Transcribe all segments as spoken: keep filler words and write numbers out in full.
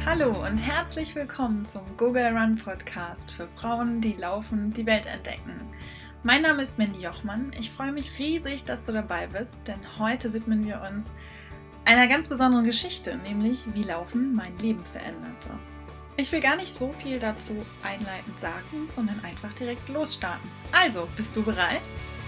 Hallo und herzlich willkommen zum Google Run Podcast für Frauen, die laufen, die Welt entdecken. Mein Name ist Mandy Jochmann. Ich freue mich riesig, dass du dabei bist, denn heute widmen wir uns einer ganz besonderen Geschichte, nämlich wie Laufen mein Leben veränderte. Ich will gar nicht so viel dazu einleitend sagen, sondern einfach direkt losstarten. Also, bist du bereit?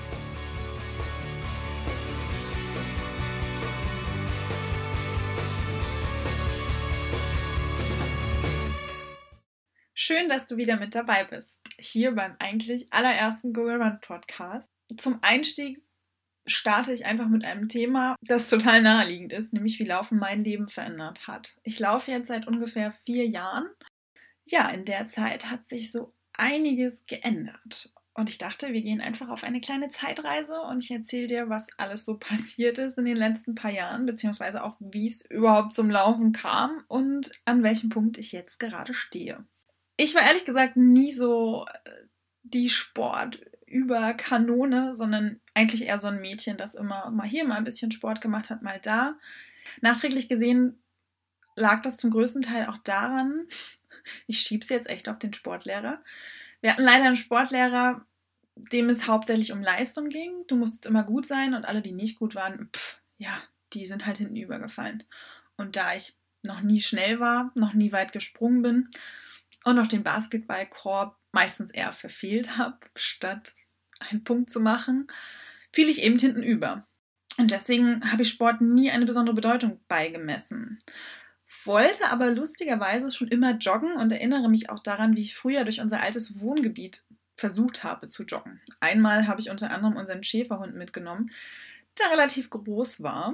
Schön, dass du wieder mit dabei bist, hier beim eigentlich allerersten Google Run Podcast. Zum Einstieg starte ich einfach mit einem Thema, das total naheliegend ist, nämlich wie Laufen mein Leben verändert hat. Ich laufe jetzt seit ungefähr vier Jahren. Ja, in der Zeit hat sich so einiges geändert. Und ich dachte, wir gehen einfach auf eine kleine Zeitreise und ich erzähle dir, was alles so passiert ist in den letzten paar Jahren, beziehungsweise auch, wie es überhaupt zum Laufen kam und an welchem Punkt ich jetzt gerade stehe. Ich war ehrlich gesagt nie so die Sport-Über-Kanone, sondern eigentlich eher so ein Mädchen, das immer mal hier mal ein bisschen Sport gemacht hat, mal da. Nachträglich gesehen lag das zum größten Teil auch daran, ich schiebe es jetzt echt auf den Sportlehrer. Wir hatten leider einen Sportlehrer, dem es hauptsächlich um Leistung ging. Du musstest immer gut sein und alle, die nicht gut waren, pff, ja, die sind halt hinten übergefallen. Und da ich noch nie schnell war, noch nie weit gesprungen bin, und auch den Basketballkorb meistens eher verfehlt habe, statt einen Punkt zu machen, fiel ich eben hinten über. Und deswegen habe ich Sport nie eine besondere Bedeutung beigemessen. Wollte aber lustigerweise schon immer joggen und erinnere mich auch daran, wie ich früher durch unser altes Wohngebiet versucht habe zu joggen. Einmal habe ich unter anderem unseren Schäferhund mitgenommen, der relativ groß war.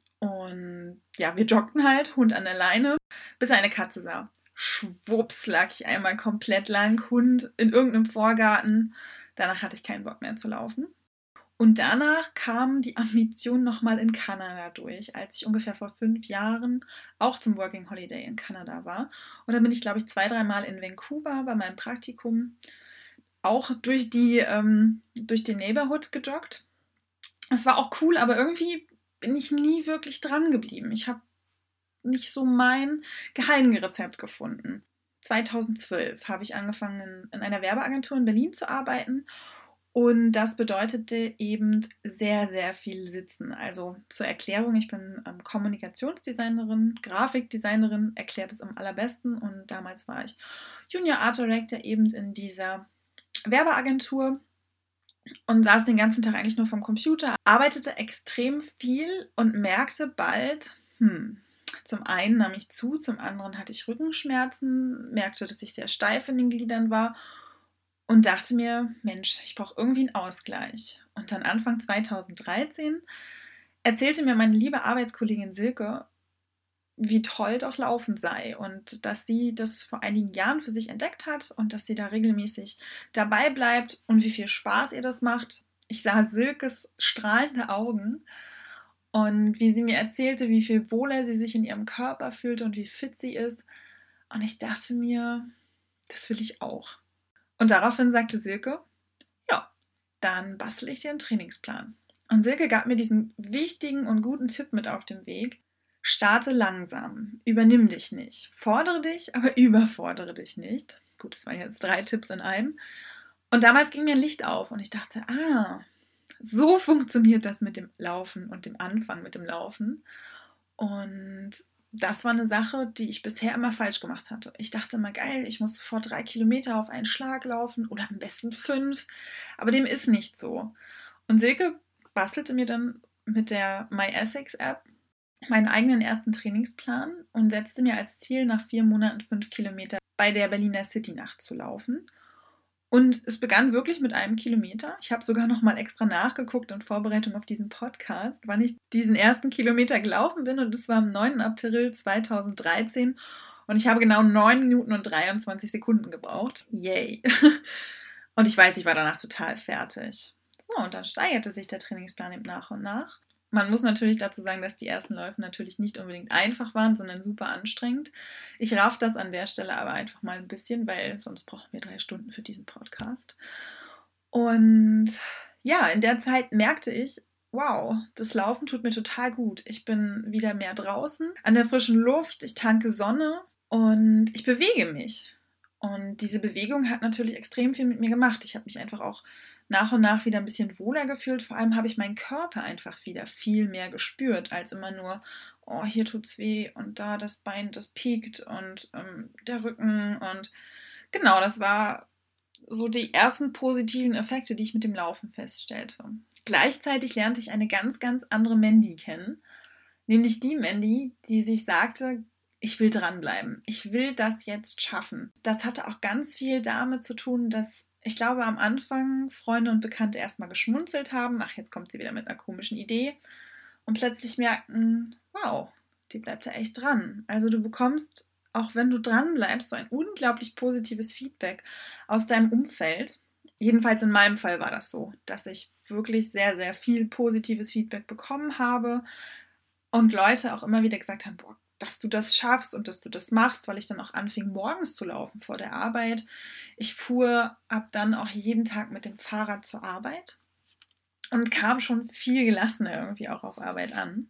Und ja, wir joggten halt, Hund an der Leine, bis er eine Katze sah. Schwupps lag ich einmal komplett lang, Hund in irgendeinem Vorgarten. Danach hatte ich keinen Bock mehr zu laufen. Und danach kam die Ambition nochmal in Kanada durch, als ich ungefähr vor fünf Jahren auch zum Working Holiday in Kanada war. Und dann bin ich, glaube ich, zwei, dreimal in Vancouver bei meinem Praktikum auch durch die, ähm, durch den Neighborhood gejoggt. Es war auch cool, aber irgendwie bin ich nie wirklich dran geblieben. Ich habe nicht so mein Geheimrezept gefunden. zweitausendzwölf habe ich angefangen, in einer Werbeagentur in Berlin zu arbeiten und das bedeutete eben sehr, sehr viel Sitzen. Also zur Erklärung, ich bin ähm, Kommunikationsdesignerin, Grafikdesignerin, erklärt es am allerbesten und damals war ich Junior Art Director eben in dieser Werbeagentur und saß den ganzen Tag eigentlich nur vom Computer, arbeitete extrem viel und merkte bald, hm, zum einen nahm ich zu, zum anderen hatte ich Rückenschmerzen, merkte, dass ich sehr steif in den Gliedern war und dachte mir, Mensch, ich brauche irgendwie einen Ausgleich. Und dann Anfang zweitausenddreizehn erzählte mir meine liebe Arbeitskollegin Silke, wie toll doch Laufen sei und dass sie das vor einigen Jahren für sich entdeckt hat und dass sie da regelmäßig dabei bleibt und wie viel Spaß ihr das macht. Ich sah Silkes strahlende Augen und wie sie mir erzählte, wie viel wohler sie sich in ihrem Körper fühlte und wie fit sie ist. Und ich dachte mir, das will ich auch. Und daraufhin sagte Silke, ja, dann bastel ich dir einen Trainingsplan. Und Silke gab mir diesen wichtigen und guten Tipp mit auf den Weg. Starte langsam, übernimm dich nicht. Fordere dich, aber überfordere dich nicht. Gut, das waren jetzt drei Tipps in einem. Und damals ging mir ein Licht auf und ich dachte, ah, so funktioniert das mit dem Laufen und dem Anfang mit dem Laufen. Und das war eine Sache, die ich bisher immer falsch gemacht hatte. Ich dachte immer, geil, ich muss sofort drei Kilometer auf einen Schlag laufen oder am besten fünf. Aber dem ist nicht so. Und Silke bastelte mir dann mit der MyEssex-App meinen eigenen ersten Trainingsplan und setzte mir als Ziel, nach vier Monaten fünf Kilometer bei der Berliner City-Nacht zu laufen. Und es begann wirklich mit einem Kilometer. Ich habe sogar noch mal extra nachgeguckt in Vorbereitung auf diesen Podcast, wann ich diesen ersten Kilometer gelaufen bin. Und das war am neunten April zweitausenddreizehn. Und ich habe genau neun Minuten und dreiundzwanzig Sekunden gebraucht. Yay! Und ich weiß, ich war danach total fertig. So, und dann steigerte sich der Trainingsplan eben nach und nach. Man muss natürlich dazu sagen, dass die ersten Läufe natürlich nicht unbedingt einfach waren, sondern super anstrengend. Ich raff das an der Stelle aber einfach mal ein bisschen, weil sonst brauchen wir drei Stunden für diesen Podcast. Und ja, in der Zeit merkte ich, wow, das Laufen tut mir total gut. Ich bin wieder mehr draußen, an der frischen Luft, ich tanke Sonne Und ich bewege mich. Und diese Bewegung hat natürlich extrem viel mit mir gemacht. Ich habe mich einfach auch nach und nach wieder ein bisschen wohler gefühlt. Vor allem habe ich meinen Körper einfach wieder viel mehr gespürt, als immer nur, oh, hier tut's weh und da das Bein, das piekt und ähm, der Rücken. Und genau, das war so die ersten positiven Effekte, die ich mit dem Laufen feststellte. Gleichzeitig lernte ich eine ganz, ganz andere Mandy kennen. Nämlich die Mandy, die sich sagte, ich will dranbleiben. Ich will das jetzt schaffen. Das hatte auch ganz viel damit zu tun, dass ich glaube, am Anfang Freunde und Bekannte erstmal geschmunzelt haben. Ach, jetzt kommt sie wieder mit einer komischen Idee. Und plötzlich merkten, wow, die bleibt da echt dran. Also du bekommst, auch wenn du dran bleibst, so ein unglaublich positives Feedback aus deinem Umfeld. Jedenfalls in meinem Fall war das so, dass ich wirklich sehr, sehr viel positives Feedback bekommen habe und Leute auch immer wieder gesagt haben, boah, dass du das schaffst und dass du das machst, weil ich dann auch anfing, morgens zu laufen vor der Arbeit. Ich fuhr ab dann auch jeden Tag mit dem Fahrrad zur Arbeit und kam schon viel gelassener irgendwie auch auf Arbeit an.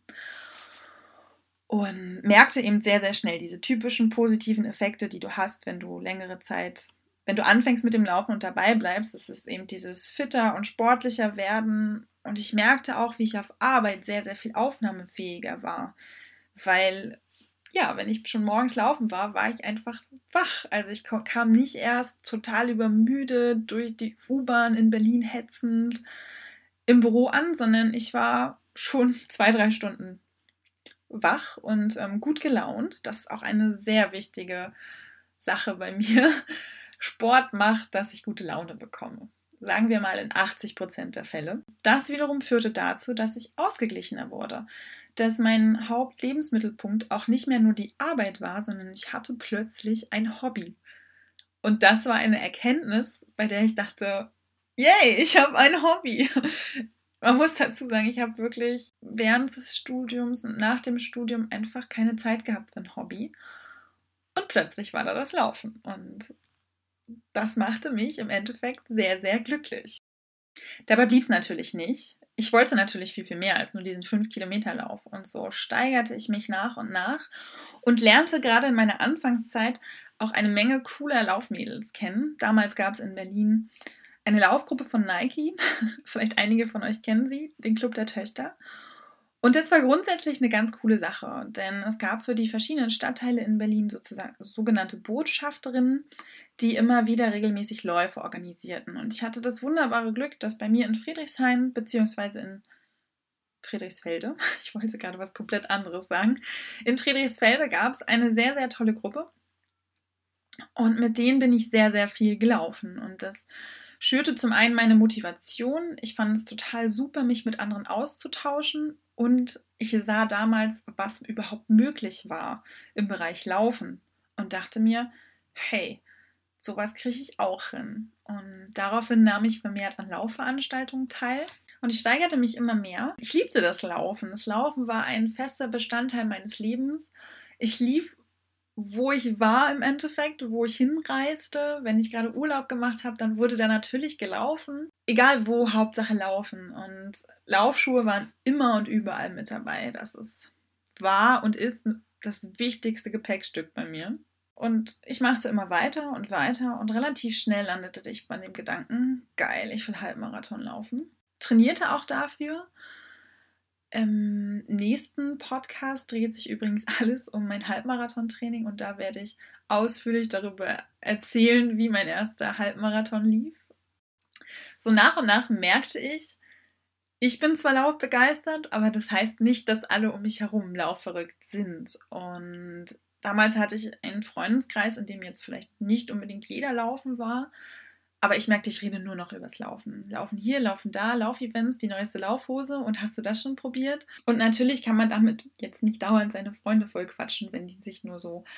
Und merkte eben sehr, sehr schnell diese typischen positiven Effekte, die du hast, wenn du längere Zeit, wenn du anfängst mit dem Laufen und dabei bleibst. Das ist eben dieses fitter und sportlicher werden. Und ich merkte auch, wie ich auf Arbeit sehr, sehr viel aufnahmefähiger war. Weil ja, wenn ich schon morgens laufen war, war ich einfach wach. Also ich kam nicht erst total übermüdet durch die U-Bahn in Berlin hetzend im Büro an, sondern ich war schon zwei, drei Stunden wach und ähm, gut gelaunt. Das ist auch eine sehr wichtige Sache bei mir. Sport macht, dass ich gute Laune bekomme. Sagen wir mal in achtzig Prozent der Fälle. Das wiederum führte dazu, dass ich ausgeglichener wurde. Dass mein Hauptlebensmittelpunkt auch nicht mehr nur die Arbeit war, sondern ich hatte plötzlich ein Hobby. Und das war eine Erkenntnis, bei der ich dachte, yay, ich habe ein Hobby. Man muss dazu sagen, ich habe wirklich während des Studiums und nach dem Studium einfach keine Zeit gehabt für ein Hobby. Und plötzlich war da das Laufen. Und das machte mich im Endeffekt sehr, sehr glücklich. Dabei blieb es natürlich nicht. Ich wollte natürlich viel, viel mehr als nur diesen fünf Kilometer Lauf. Und so steigerte ich mich nach und nach und lernte gerade in meiner Anfangszeit auch eine Menge cooler Laufmädels kennen. Damals gab es in Berlin eine Laufgruppe von Nike. Vielleicht einige von euch kennen sie, den Club der Töchter. Und das war grundsätzlich eine ganz coole Sache, denn es gab für die verschiedenen Stadtteile in Berlin sozusagen sogenannte Botschafterinnen, die immer wieder regelmäßig Läufe organisierten. Und ich hatte das wunderbare Glück, dass bei mir in Friedrichshain bzw. in Friedrichsfelde, ich wollte gerade was komplett anderes sagen, in Friedrichsfelde gab es eine sehr, sehr tolle Gruppe und mit denen bin ich sehr, sehr viel gelaufen und das schürte zum einen meine Motivation. Ich fand es total super, mich mit anderen auszutauschen und ich sah damals, was überhaupt möglich war im Bereich Laufen und dachte mir, hey, sowas kriege ich auch hin. Und daraufhin nahm ich vermehrt an Laufveranstaltungen teil. Und ich steigerte mich immer mehr. Ich liebte das Laufen. Das Laufen war ein fester Bestandteil meines Lebens. Ich lief, wo ich war im Endeffekt, wo ich hinreiste. Wenn ich gerade Urlaub gemacht habe, dann wurde da natürlich gelaufen. Egal wo, Hauptsache laufen. Und Laufschuhe waren immer und überall mit dabei. Das ist, war und ist das wichtigste Gepäckstück bei mir. Und ich machte immer weiter und weiter und relativ schnell landete ich bei dem Gedanken, geil, ich will Halbmarathon laufen. Trainierte auch dafür. Im nächsten Podcast dreht sich übrigens alles um mein Halbmarathon-Training und da werde ich ausführlich darüber erzählen, wie mein erster Halbmarathon lief. So nach und nach merkte ich, ich bin zwar laufbegeistert, aber das heißt nicht, dass alle um mich herum laufverrückt sind. Und damals hatte ich einen Freundeskreis, in dem jetzt vielleicht nicht unbedingt jeder laufen war, aber ich merkte, ich rede nur noch übers Laufen. Laufen hier, laufen da, Laufevents, die neueste Laufhose und hast du das schon probiert? Und natürlich kann man damit jetzt nicht dauernd seine Freunde voll quatschen, wenn die sich nur so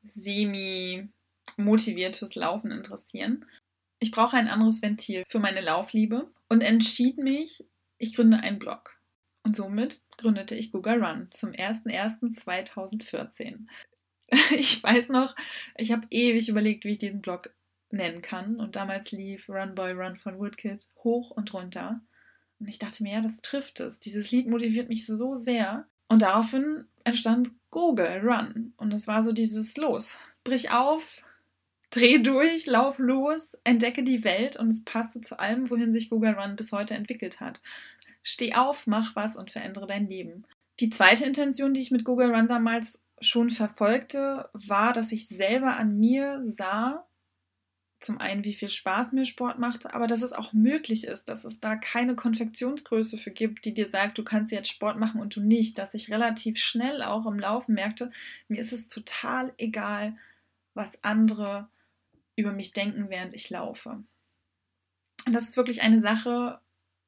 semi-motiviert fürs Laufen interessieren. Ich brauche ein anderes Ventil für meine Laufliebe und entschied mich, ich gründe einen Blog. Und somit gründete ich Google Run zum erster erster zweitausendvierzehn. Ich weiß noch, ich habe ewig überlegt, wie ich diesen Blog nennen kann. Und damals lief Run Boy Run von Woodkid hoch und runter. Und ich dachte mir, ja, das trifft es. Dieses Lied motiviert mich so sehr. Und daraufhin entstand Google Run. Und es war so dieses Los. brich auf, dreh durch, lauf los, entdecke die Welt und es passte zu allem, wohin sich Google Run bis heute entwickelt hat. Steh auf, mach was und verändere dein Leben. Die zweite Intention, die ich mit Google Run damals schon verfolgte, war, dass ich selber an mir sah, zum einen, wie viel Spaß mir Sport machte, aber dass es auch möglich ist, dass es da keine Konfektionsgröße für gibt, die dir sagt, du kannst jetzt Sport machen und du nicht. Dass ich relativ schnell auch im Laufen merkte, mir ist es total egal, was andere über mich denken, während ich laufe. Und das ist wirklich eine Sache,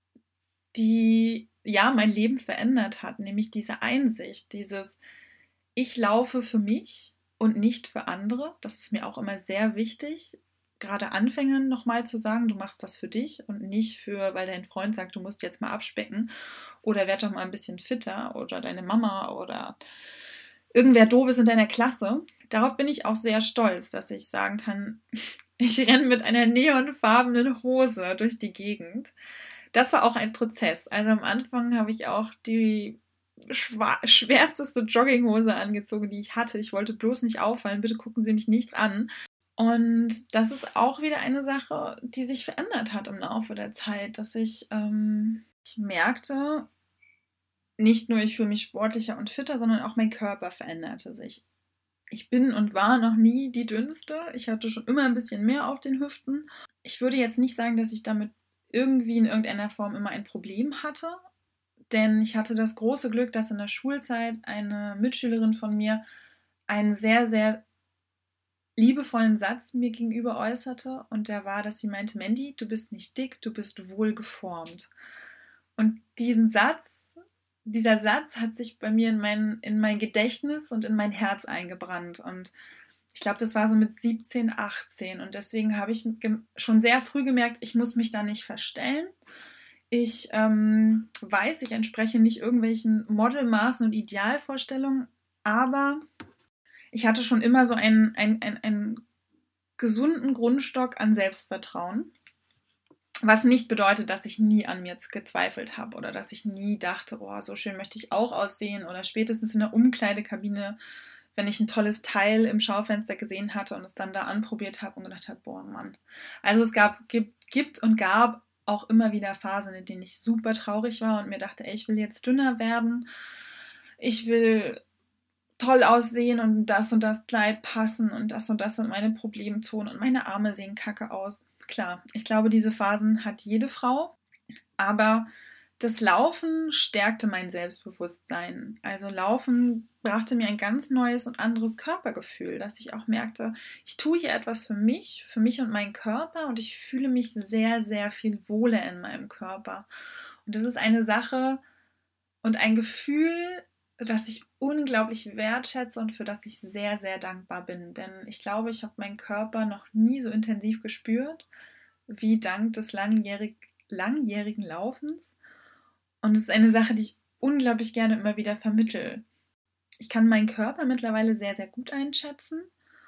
die ja mein Leben verändert hat, nämlich diese Einsicht, dieses ich laufe für mich und nicht für andere. Das ist mir auch immer sehr wichtig, gerade Anfängern nochmal zu sagen, du machst das für dich und nicht für, weil dein Freund sagt, du musst jetzt mal abspecken oder werd doch mal ein bisschen fitter oder deine Mama oder irgendwer Doofes in deiner Klasse. Darauf bin ich auch sehr stolz, dass ich sagen kann, ich renne mit einer neonfarbenen Hose durch die Gegend. Das war auch ein Prozess. Also am Anfang habe ich auch die schwärzeste Jogginghose angezogen, die ich hatte. Ich wollte bloß nicht auffallen, bitte gucken Sie mich nicht an. Und das ist auch wieder eine Sache, die sich verändert hat im Laufe der Zeit, dass ich, ähm, ich merkte, nicht nur ich fühle mich sportlicher und fitter, sondern auch mein Körper veränderte sich. Ich bin und war noch nie die Dünnste. Ich hatte schon immer ein bisschen mehr auf den Hüften. Ich würde jetzt nicht sagen, dass ich damit irgendwie in irgendeiner Form immer ein Problem hatte, denn ich hatte das große Glück, dass in der Schulzeit eine Mitschülerin von mir einen sehr, sehr liebevollen Satz mir gegenüber äußerte und der war, dass sie meinte, Mandy, du bist nicht dick, du bist wohl geformt. Und diesen Satz, dieser Satz hat sich bei mir in mein, in mein Gedächtnis und in mein Herz eingebrannt und ich glaube, das war so mit siebzehn, achtzehn und deswegen habe ich schon sehr früh gemerkt, ich muss mich da nicht verstellen. Ich ähm, weiß, ich entspreche nicht irgendwelchen Modelmaßen und Idealvorstellungen, aber ich hatte schon immer so einen, einen, einen, einen gesunden Grundstock an Selbstvertrauen, was nicht bedeutet, dass ich nie an mir gezweifelt habe oder dass ich nie dachte, oh, so schön möchte ich auch aussehen oder spätestens in der Umkleidekabine, wenn ich ein tolles Teil im Schaufenster gesehen hatte und es dann da anprobiert habe und gedacht habe, boah, Mann. Also es gab, gibt, gibt und gab auch immer wieder Phasen, in denen ich super traurig war und mir dachte, ey, ich will jetzt dünner werden, ich will toll aussehen und das und das Kleid passen und das und das sind meine Problemzonen und meine Arme sehen kacke aus. Klar, ich glaube, diese Phasen hat jede Frau, aber das Laufen stärkte mein Selbstbewusstsein. Also Laufen brachte mir ein ganz neues und anderes Körpergefühl, dass ich auch merkte, ich tue hier etwas für mich, für mich und meinen Körper und ich fühle mich sehr, sehr viel wohler in meinem Körper. Und das ist eine Sache und ein Gefühl, das ich unglaublich wertschätze und für das ich sehr, sehr dankbar bin. Denn ich glaube, ich habe meinen Körper noch nie so intensiv gespürt, wie dank des langjährig, langjährigen Laufens. Und es ist eine Sache, die ich unglaublich gerne immer wieder vermittle. Ich kann meinen Körper mittlerweile sehr, sehr gut einschätzen.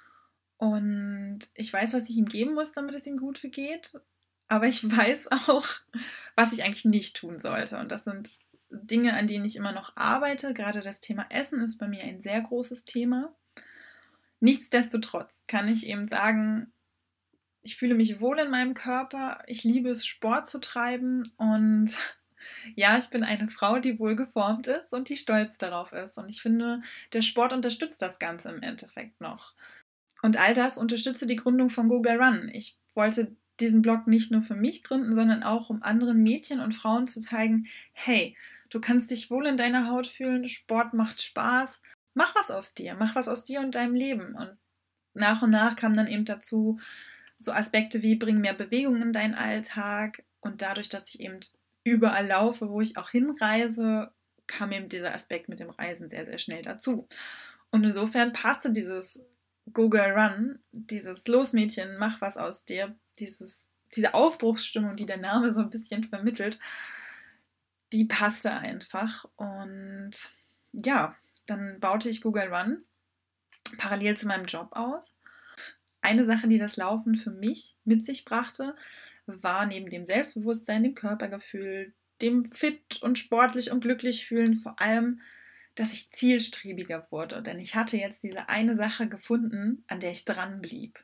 Und ich weiß, was ich ihm geben muss, damit es ihm gut geht. Aber ich weiß auch, was ich eigentlich nicht tun sollte. Und das sind Dinge, an denen ich immer noch arbeite. Gerade das Thema Essen ist bei mir ein sehr großes Thema. Nichtsdestotrotz kann ich eben sagen, ich fühle mich wohl in meinem Körper. Ich liebe es, Sport zu treiben. Und ja, ich bin eine Frau, die wohlgeformt ist und die stolz darauf ist. Und ich finde, der Sport unterstützt das Ganze im Endeffekt noch. Und all das unterstütze die Gründung von Google Run. Ich wollte diesen Blog nicht nur für mich gründen, sondern auch, um anderen Mädchen und Frauen zu zeigen, hey, du kannst dich wohl in deiner Haut fühlen, Sport macht Spaß, mach was aus dir, mach was aus dir und deinem Leben. Und nach und nach kamen dann eben dazu so Aspekte wie, bring mehr Bewegung in deinen Alltag. Und dadurch, dass ich eben überall laufe, wo ich auch hinreise, kam eben dieser Aspekt mit dem Reisen sehr, sehr schnell dazu. Und insofern passte dieses Google Run, dieses Los Mädchen, mach was aus dir, dieses, diese Aufbruchsstimmung, die der Name so ein bisschen vermittelt, die passte einfach. Und ja, dann baute ich Google Run parallel zu meinem Job aus. Eine Sache, die das Laufen für mich mit sich brachte, war neben dem Selbstbewusstsein, dem Körpergefühl, dem fit und sportlich und glücklich fühlen, vor allem, dass ich zielstrebiger wurde, denn ich hatte jetzt diese eine Sache gefunden, an der ich dran blieb.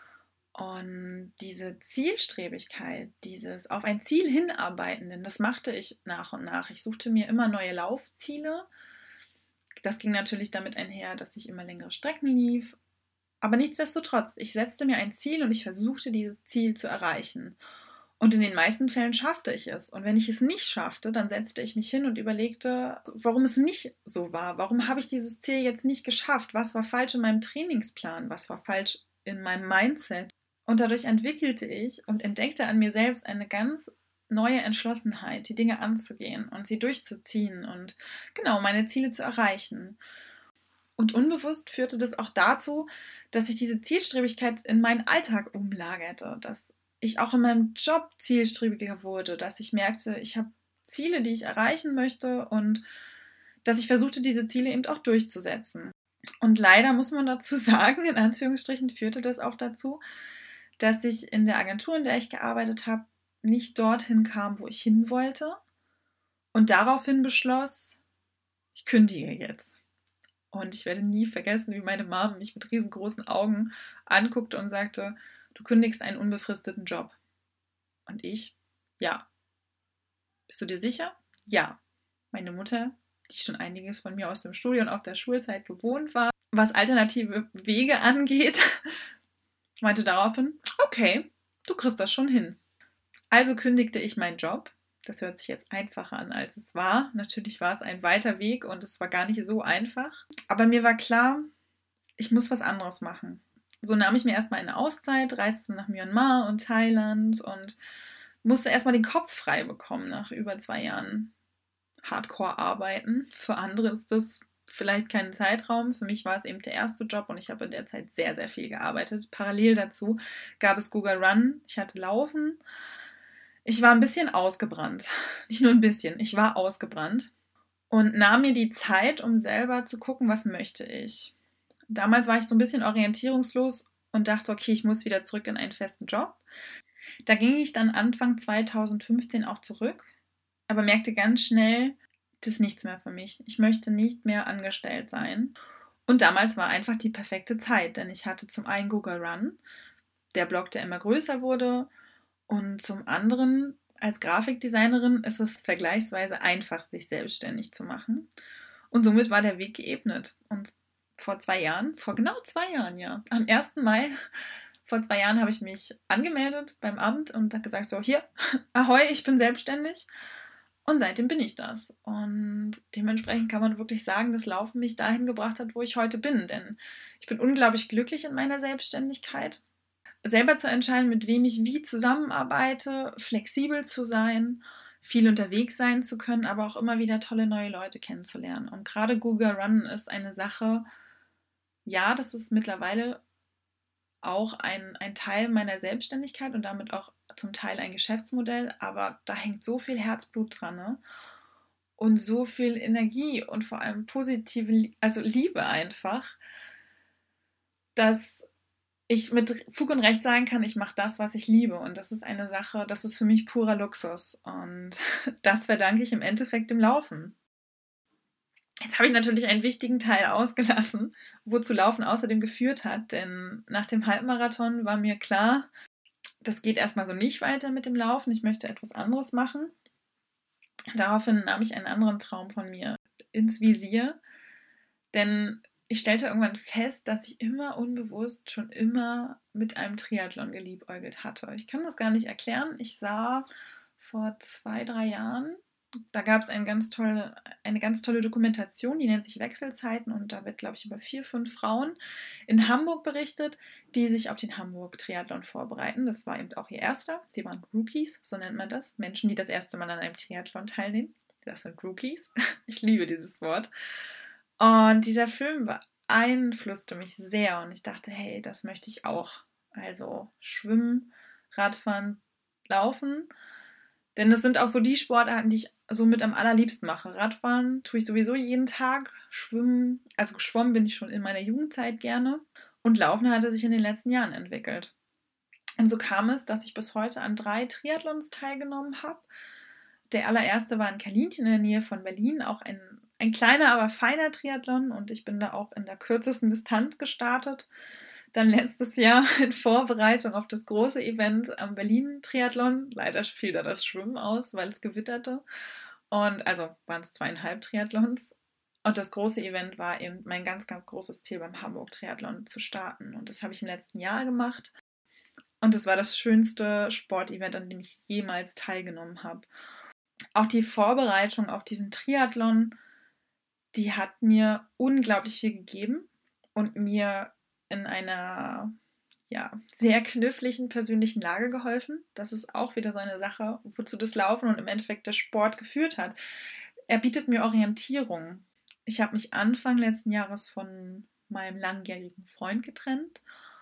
Und diese Zielstrebigkeit, dieses auf ein Ziel hinarbeiten, denn das machte ich nach und nach. Ich suchte mir immer neue Laufziele. Das ging natürlich damit einher, dass ich immer längere Strecken lief. Aber nichtsdestotrotz, ich setzte mir ein Ziel und ich versuchte, dieses Ziel zu erreichen. Und in den meisten Fällen schaffte ich es. Und wenn ich es nicht schaffte, dann setzte ich mich hin und überlegte, warum es nicht so war. Warum habe ich dieses Ziel jetzt nicht geschafft? Was war falsch in meinem Trainingsplan? Was war falsch in meinem Mindset? Und dadurch entwickelte ich und entdeckte an mir selbst eine ganz neue Entschlossenheit, die Dinge anzugehen und sie durchzuziehen und genau meine Ziele zu erreichen. Und unbewusst führte das auch dazu, dass ich diese Zielstrebigkeit in meinen Alltag umlagerte, dass ich auch in meinem Job zielstrebiger wurde, dass ich merkte, ich habe Ziele, die ich erreichen möchte und dass ich versuchte, diese Ziele eben auch durchzusetzen. Und leider muss man dazu sagen, in Anführungsstrichen führte das auch dazu, dass ich in der Agentur, in der ich gearbeitet habe, nicht dorthin kam, wo ich hin wollte und daraufhin beschloss, ich kündige jetzt. Und ich werde nie vergessen, wie meine Mom mich mit riesengroßen Augen anguckte und sagte, du kündigst einen unbefristeten Job. Und ich, ja. Bist du dir sicher? Ja. Meine Mutter, die schon einiges von mir aus dem Studium und auf der Schulzeit gewohnt war, was alternative Wege angeht, meinte daraufhin, okay, du kriegst das schon hin. Also kündigte ich meinen Job. Das hört sich jetzt einfacher an, als es war. Natürlich war es ein weiter Weg und es war gar nicht so einfach. Aber mir war klar, ich muss was anderes machen. So nahm ich mir erstmal eine Auszeit, reiste nach Myanmar und Thailand und musste erstmal den Kopf frei bekommen nach über zwei Jahren Hardcore-Arbeiten. Für andere ist das vielleicht kein Zeitraum. Für mich war es eben der erste Job und ich habe in der Zeit sehr, sehr viel gearbeitet. Parallel dazu gab es Google Run. Ich hatte Laufen. Ich war ein bisschen ausgebrannt. Nicht nur ein bisschen, ich war ausgebrannt und nahm mir die Zeit, um selber zu gucken, was möchte ich. Damals war ich so ein bisschen orientierungslos und dachte, okay, ich muss wieder zurück in einen festen Job. Da ging ich dann Anfang zweitausendfünfzehn auch zurück, aber merkte ganz schnell, das ist nichts mehr für mich. Ich möchte nicht mehr angestellt sein. Und damals war einfach die perfekte Zeit, denn ich hatte zum einen Google Run, der Blog, der immer größer wurde, und zum anderen, als Grafikdesignerin ist es vergleichsweise einfach, sich selbstständig zu machen. Und somit war der Weg geebnet. Und vor zwei Jahren, vor genau zwei Jahren, ja, am ersten Mai, vor zwei Jahren habe ich mich angemeldet beim Amt und habe gesagt, so hier, ahoi, ich bin selbstständig. Und seitdem bin ich das. Und dementsprechend kann man wirklich sagen, dass Laufen mich dahin gebracht hat, wo ich heute bin. Denn ich bin unglaublich glücklich in meiner Selbstständigkeit. Selber zu entscheiden, mit wem ich wie zusammenarbeite, flexibel zu sein, viel unterwegs sein zu können, aber auch immer wieder tolle neue Leute kennenzulernen. Und gerade Google Run ist eine Sache, ja, das ist mittlerweile auch ein, ein Teil meiner Selbstständigkeit und damit auch zum Teil ein Geschäftsmodell, aber da hängt so viel Herzblut dran, ne? Und so viel Energie und vor allem positive, also Liebe einfach, dass ich mit Fug und Recht sagen kann, ich mache das, was ich liebe. Und das ist eine Sache, das ist für mich purer Luxus. Und das verdanke ich im Endeffekt dem Laufen. Jetzt habe ich natürlich einen wichtigen Teil ausgelassen, wozu Laufen außerdem geführt hat. Denn nach dem Halbmarathon war mir klar, das geht erstmal so nicht weiter mit dem Laufen. Ich möchte etwas anderes machen. Daraufhin nahm ich einen anderen Traum von mir ins Visier. Denn ich stellte irgendwann fest, dass ich immer unbewusst schon immer mit einem Triathlon geliebäugelt hatte. Ich kann das gar nicht erklären. Ich sah vor zwei, drei Jahren, da gab es eine ganz tolle, eine ganz tolle Dokumentation, die nennt sich Wechselzeiten und da wird, glaube ich, über vier, fünf Frauen in Hamburg berichtet, die sich auf den Hamburg-Triathlon vorbereiten. Das war eben auch ihr erster. Sie waren Rookies, so nennt man das. Menschen, die das erste Mal an einem Triathlon teilnehmen. Das sind Rookies. Ich liebe dieses Wort. Und dieser Film beeinflusste mich sehr und ich dachte, hey, das möchte ich auch. Also Schwimmen, Radfahren, Laufen. Denn das sind auch so die Sportarten, die ich so mit am allerliebsten mache. Radfahren tue ich sowieso jeden Tag. Schwimmen, also geschwommen bin ich schon in meiner Jugendzeit gerne. Und Laufen hatte sich in den letzten Jahren entwickelt. Und so kam es, dass ich bis heute an drei Triathlons teilgenommen habe. Der allererste war in Kalinchen in der Nähe von Berlin, auch ein ein kleiner, aber feiner Triathlon und ich bin da auch in der kürzesten Distanz gestartet. Dann letztes Jahr in Vorbereitung auf das große Event am Berlin-Triathlon. Leider fiel da das Schwimmen aus, weil es gewitterte. Und also waren es zweieinhalb Triathlons. Und das große Event war eben mein ganz, ganz großes Ziel beim Hamburg-Triathlon zu starten. Und das habe ich im letzten Jahr gemacht. Und es war das schönste Sportevent, an dem ich jemals teilgenommen habe. Auch die Vorbereitung auf diesen Triathlon, die hat mir unglaublich viel gegeben und mir in einer ja, sehr kniffligen persönlichen Lage geholfen. Das ist auch wieder so eine Sache, wozu das Laufen und im Endeffekt der Sport geführt hat. Er bietet mir Orientierung. Ich habe mich Anfang letzten Jahres von meinem langjährigen Freund getrennt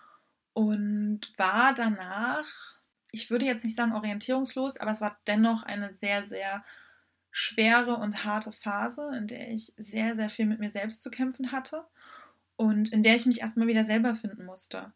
und war danach, ich würde jetzt nicht sagen orientierungslos, aber es war dennoch eine sehr, sehr schwere und harte Phase, in der ich sehr, sehr viel mit mir selbst zu kämpfen hatte. Und in der ich mich erstmal wieder selber finden musste.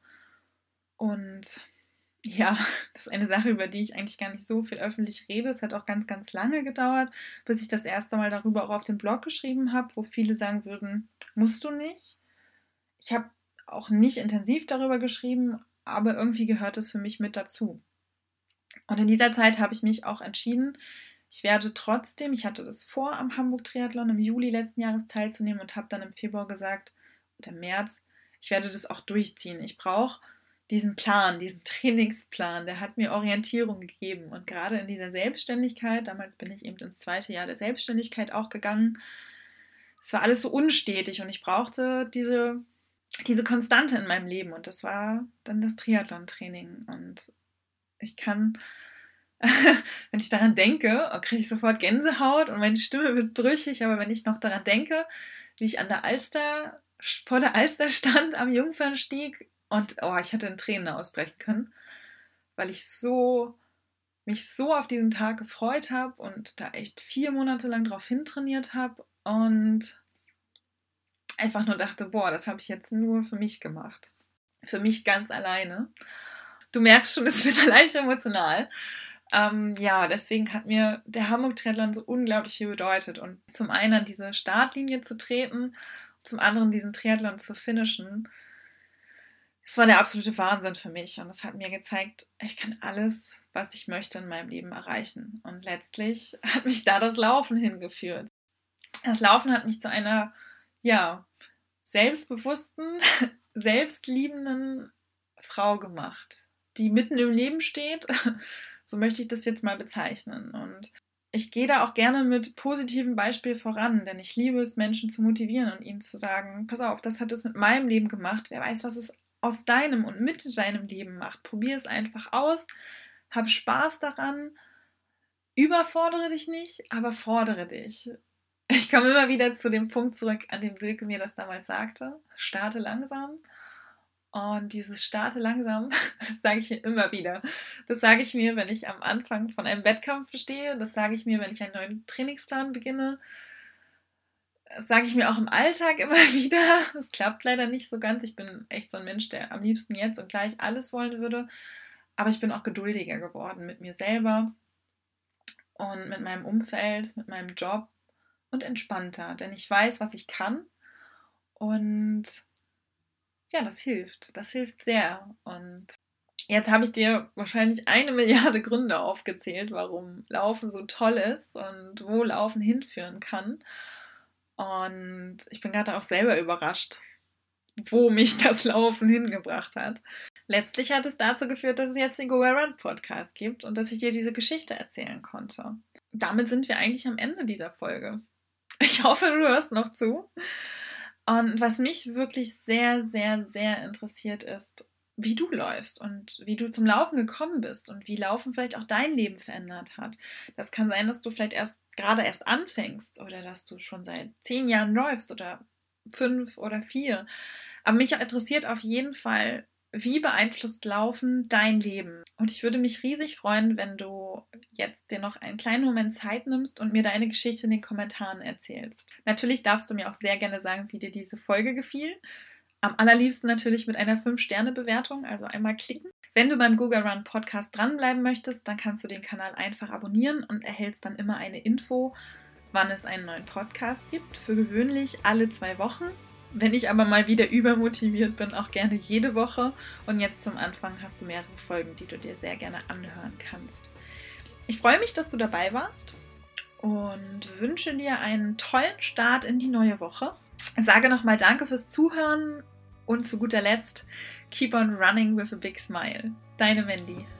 Und ja, das ist eine Sache, über die ich eigentlich gar nicht so viel öffentlich rede. Es hat auch ganz, ganz lange gedauert, bis ich das erste Mal darüber auch auf dem Blog geschrieben habe, wo viele sagen würden, musst du nicht. Ich habe auch nicht intensiv darüber geschrieben, aber irgendwie gehört es für mich mit dazu. Und in dieser Zeit habe ich mich auch entschieden, ich werde trotzdem, ich hatte das vor, am Hamburg-Triathlon im Juli letzten Jahres teilzunehmen und habe dann im Februar gesagt, oder März, ich werde das auch durchziehen. Ich brauche diesen Plan, diesen Trainingsplan, der hat mir Orientierung gegeben. Und gerade in dieser Selbstständigkeit, damals bin ich eben ins zweite Jahr der Selbstständigkeit auch gegangen, es war alles so unstetig und ich brauchte diese, diese Konstante in meinem Leben und das war dann das Triathlon-Training. Und ich kann, wenn ich daran denke, kriege ich sofort Gänsehaut und meine Stimme wird brüchig, aber wenn ich noch daran denke, wie ich an der Alster vor der Alster stand am Jungfernstieg und oh, ich hätte in Tränen ausbrechen können, weil ich so mich so auf diesen Tag gefreut habe und da echt vier Monate lang drauf hintrainiert habe und einfach nur dachte, boah, das habe ich jetzt nur für mich gemacht. Für mich ganz alleine. Du merkst schon, es wird leicht emotional. Ähm, ja, deswegen hat mir der Hamburg-Triathlon so unglaublich viel bedeutet und zum einen an diese Startlinie zu treten, zum anderen diesen Triathlon zu finishen. Es war der absolute Wahnsinn für mich und es hat mir gezeigt, ich kann alles, was ich möchte in meinem Leben erreichen. Und letztlich hat mich da das Laufen hingeführt. Das Laufen hat mich zu einer, ja, selbstbewussten, selbstliebenden Frau gemacht, die mitten im Leben steht. So möchte ich das jetzt mal bezeichnen. Und ich gehe da auch gerne mit positivem Beispiel voran, denn ich liebe es, Menschen zu motivieren und ihnen zu sagen, pass auf, das hat es mit meinem Leben gemacht. Wer weiß, was es aus deinem und mit deinem Leben macht. Probier es einfach aus, hab Spaß daran, überfordere dich nicht, aber fordere dich. Ich komme immer wieder zu dem Punkt zurück, an dem Silke mir das damals sagte. Starte langsam. Und dieses Starte langsam, das sage ich mir immer wieder. Das sage ich mir, wenn ich am Anfang von einem Wettkampf stehe. Das sage ich mir, wenn ich einen neuen Trainingsplan beginne. Das sage ich mir auch im Alltag immer wieder. Das klappt leider nicht so ganz. Ich bin echt so ein Mensch, der am liebsten jetzt und gleich alles wollen würde. Aber ich bin auch geduldiger geworden mit mir selber und mit meinem Umfeld, mit meinem Job und entspannter. Denn ich weiß, was ich kann und ja, das hilft. Das hilft sehr. Und jetzt habe ich dir wahrscheinlich eine Milliarde Gründe aufgezählt, warum Laufen so toll ist und wo Laufen hinführen kann. Und ich bin gerade auch selber überrascht, wo mich das Laufen hingebracht hat. Letztlich hat es dazu geführt, dass es jetzt den Google Run Podcast gibt und dass ich dir diese Geschichte erzählen konnte. Damit sind wir eigentlich am Ende dieser Folge. Ich hoffe, du hörst noch zu. Und was mich wirklich sehr, sehr, sehr interessiert ist, wie du läufst und wie du zum Laufen gekommen bist und wie Laufen vielleicht auch dein Leben verändert hat. Das kann sein, dass du vielleicht erst gerade erst anfängst oder dass du schon seit zehn Jahren läufst oder fünf oder vier. Aber mich interessiert auf jeden Fall, wie beeinflusst Laufen dein Leben? Und ich würde mich riesig freuen, wenn du jetzt dir noch einen kleinen Moment Zeit nimmst und mir deine Geschichte in den Kommentaren erzählst. Natürlich darfst du mir auch sehr gerne sagen, wie dir diese Folge gefiel. Am allerliebsten natürlich mit einer fünf Sterne Bewertung, also einmal klicken. Wenn du beim Google Run Podcast dranbleiben möchtest, dann kannst du den Kanal einfach abonnieren und erhältst dann immer eine Info, wann es einen neuen Podcast gibt. Für gewöhnlich alle zwei Wochen. Wenn ich aber mal wieder übermotiviert bin, auch gerne jede Woche. Und jetzt zum Anfang hast du mehrere Folgen, die du dir sehr gerne anhören kannst. Ich freue mich, dass du dabei warst und wünsche dir einen tollen Start in die neue Woche. Sage nochmal Danke fürs Zuhören und zu guter Letzt, keep on running with a big smile. Deine Wendy.